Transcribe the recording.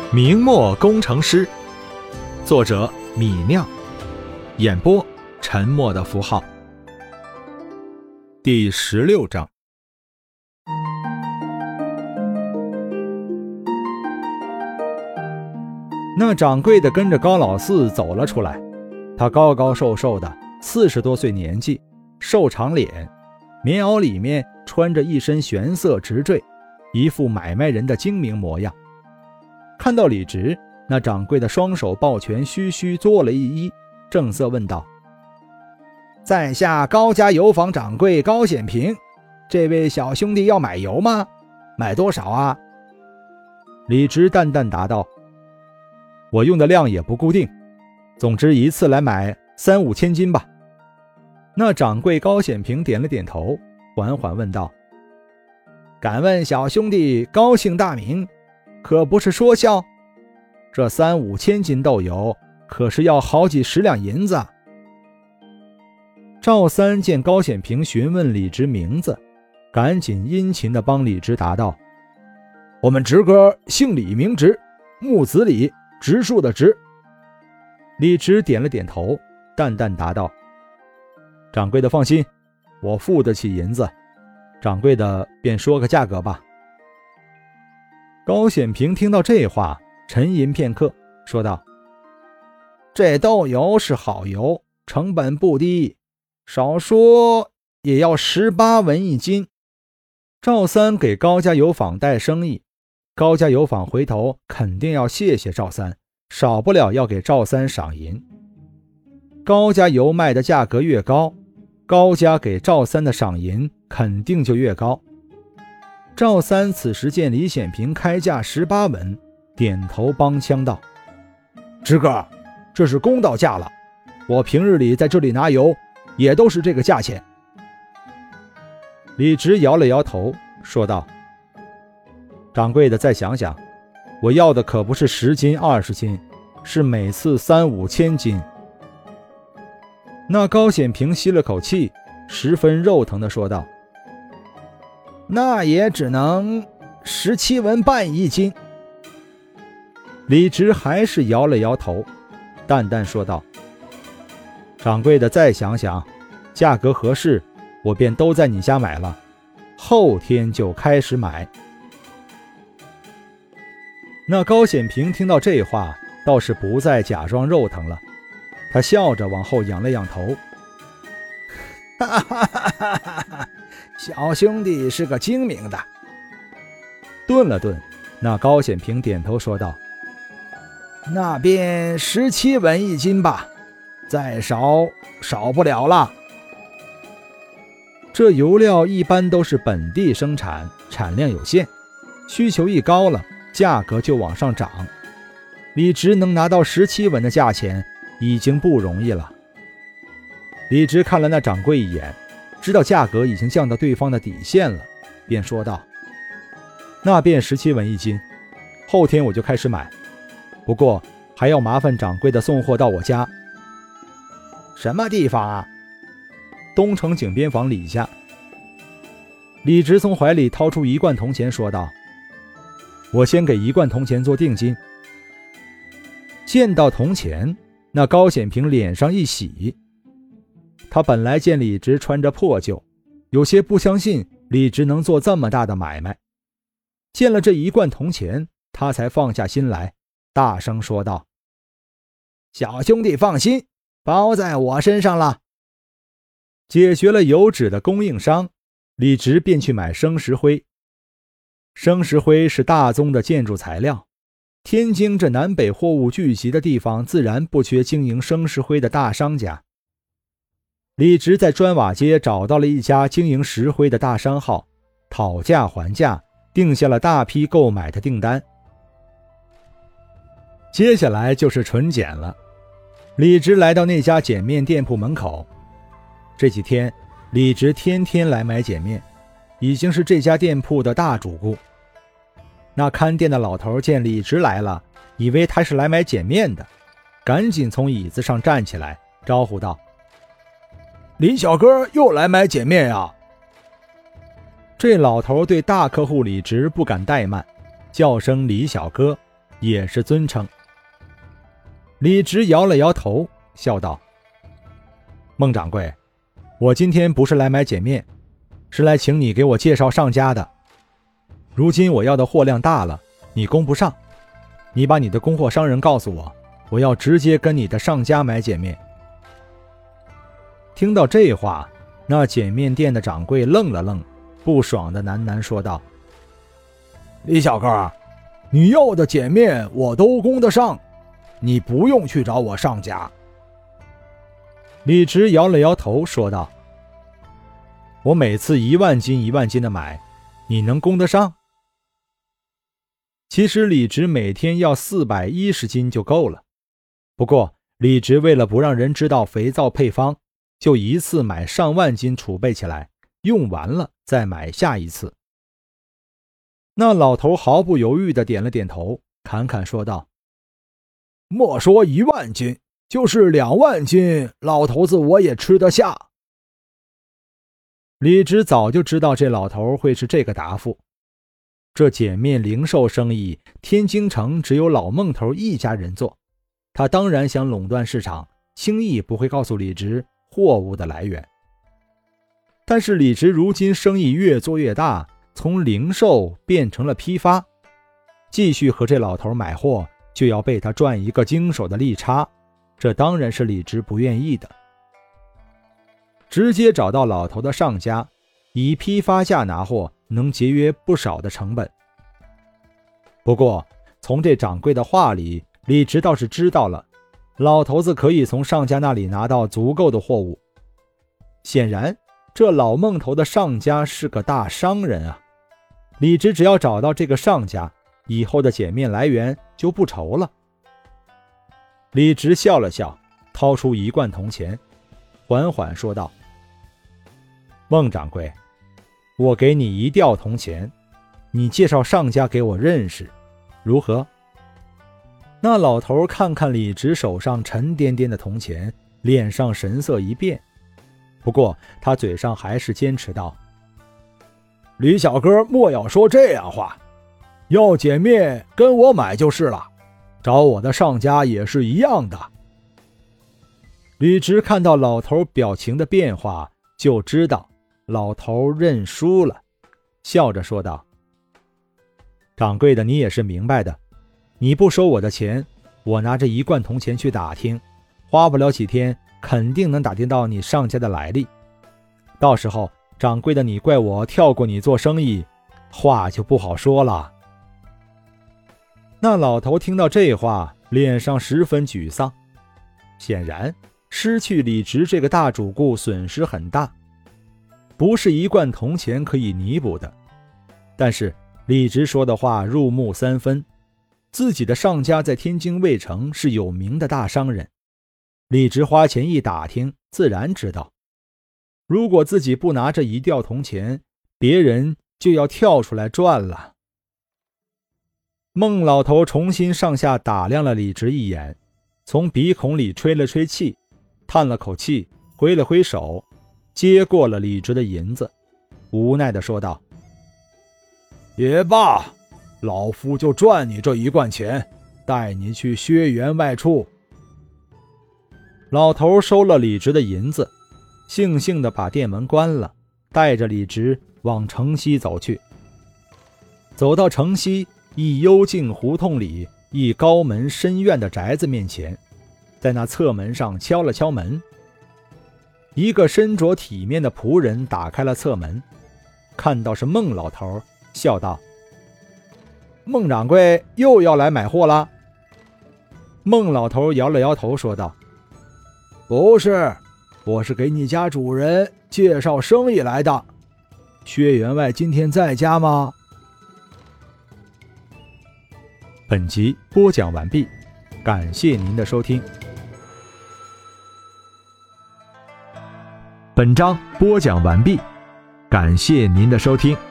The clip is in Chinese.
明末工程师，作者米酿，演播沉默的符号。第16章。那掌柜的跟着高老四走了出来，他高高瘦瘦的，40多岁年纪，瘦长脸，棉袄里面穿着一身玄色直坠，一副买卖人的精明模样。看到李直，那掌柜的双手抱拳，虚虚作了一揖，正色问道：在下高家油坊掌柜高显平，这位小兄弟要买油吗？买多少啊？李直淡淡答道：我用的量也不固定，总之一次来买3、5千斤吧。那掌柜高显平点了点头，缓缓问道：敢问小兄弟高姓大名，可不是说笑？这3、5千斤豆油可是要好几10两银子。赵三见高显平询问李直名字，赶紧殷勤地帮李直答道：我们直哥姓李名直，木子李，植树的植。李直点了点头，淡淡答道：掌柜的放心，我付得起银子，掌柜的便说个价格吧。高显平听到这话，沉吟片刻，说道：这豆油是好油，成本不低，少说也要18文一斤。赵三给高家油坊带生意，高家油坊回头肯定要谢谢赵三，少不了要给赵三赏银。高家油卖的价格越高，高家给赵三的赏银肯定就越高。赵三此时见李显平开价18文，点头帮腔道：直哥，这是公道价了，我平日里在这里拿油也都是这个价钱。李直摇了摇头，说道：掌柜的再想想，我要的可不是10斤20斤，是每次3、5千斤。那高显平吸了口气，十分肉疼地说道：那也只能17文半一斤。李直还是摇了摇头，淡淡说道：掌柜的再想想，价格合适，我便都在你家买了，后天就开始买。那高显平听到这话，倒是不再假装肉疼了，他笑着往后仰了仰头：哈哈哈哈哈，小兄弟是个精明的。顿了顿，那高显平点头说道：那便17文一斤吧，再少不了了。这油料一般都是本地生产，产量有限，需求一高了，价格就往上涨。李直能拿到17文的价钱已经不容易了。李直看了那掌柜一眼，知道价格已经降到对方的底线了，便说道：那便17文一斤，后天我就开始买，不过还要麻烦掌柜的送货到我家。什么地方啊？东城井边坊李家。李直从怀里掏出1贯铜钱，说道：我先给1贯铜钱做定金。见到铜钱，那高显平脸上一喜。他本来见李直穿着破旧，有些不相信李直能做这么大的买卖，见了这1贯铜钱，他才放下心来，大声说道：小兄弟放心，包在我身上了。解决了油脂的供应商，李直便去买生石灰。生石灰是大宗的建筑材料，天津这南北货物聚集的地方，自然不缺经营生石灰的大商家。李直在砖瓦街找到了一家经营石灰的大商号，讨价还价，定下了大批购买的订单。接下来就是纯碱了。李直来到那家碱面店铺门口，这几天李直天天来买碱面，已经是这家店铺的大主顾。那看店的老头见李直来了，以为他是来买碱面的，赶紧从椅子上站起来，招呼道：李小哥又来买碱面呀？这老头对大客户李直不敢怠慢，叫声李小哥， 也是尊称。李直摇了摇头，笑道：孟掌柜，我今天不是来买碱面，是来请你给我介绍上家的。如今我要的货量大了，你供不上，你把你的供货商人告诉我，我要直接跟你的上家买碱面。听到这话，那碱面店的掌柜愣了愣，不爽地喃喃说道：李小哥，你要的碱面我都供得上，你不用去找我上家。李直摇了摇头说道：我每次1万斤1万斤的买，你能供得上？其实李直每天要410斤就够了，不过李直为了不让人知道肥皂配方，就一次买上万斤储备起来，用完了再买下一次。那老头毫不犹豫地点了点头，侃侃说道：莫说1万斤，就是2万斤，老头子我也吃得下。李直早就知道这老头会是这个答复。这碱面零售生意，天津城只有老孟头一家人做，他当然想垄断市场，轻易不会告诉李直货物的来源。但是李直如今生意越做越大，从零售变成了批发，继续和这老头买货，就要被他赚一个经手的利差，这当然是李直不愿意的。直接找到老头的上家，以批发价拿货，能节约不少的成本。不过从这掌柜的话里，李直倒是知道了，老头子可以从上家那里拿到足够的货物。显然这老孟头的上家是个大商人啊，李直只要找到这个上家，以后的碱面来源就不愁了。李直笑了笑，掏出1罐铜钱，缓缓说道：孟掌柜，我给你1吊铜钱，你介绍上家给我认识，如何？那老头看看李直手上沉甸甸的铜钱，脸上神色一变，不过他嘴上还是坚持道：李小哥莫要说这样话，要碱面跟我买就是了，找我的上家也是一样的。李直看到老头表情的变化，就知道老头认输了，笑着说道：掌柜的你也是明白的，你不收我的钱，我拿着1罐铜钱去打听，花不了几天肯定能打听到你上家的来历，到时候掌柜的你怪我跳过你做生意，话就不好说了。那老头听到这话，脸上十分沮丧，显然失去李直这个大主顾损失很大，不是1罐铜钱可以弥补的。但是李直说的话入木3分，自己的上家在天津卫城是有名的大商人，李直花钱一打听，自然知道，如果自己不拿这1吊铜钱，别人就要跳出来赚了。孟老头重新上下打量了李直一眼，从鼻孔里吹了吹气，叹了口气，挥了挥手，接过了李直的银子，无奈地说道：也罢，老夫就赚你这1罐钱，带你去薛员外处。老头收了李直的银子，悻悻地把店门关了，带着李直往城西走去。走到城西一幽静胡同里一高门深院的宅子面前，在那侧门上敲了敲门。一个身着体面的仆人打开了侧门，看到是孟老头，笑道：孟掌柜又要来买货了？孟老头摇了摇头说道：不是，我是给你家主人介绍生意来的。薛员外今天在家吗？本集播讲完毕，感谢您的收听。本章播讲完毕，感谢您的收听。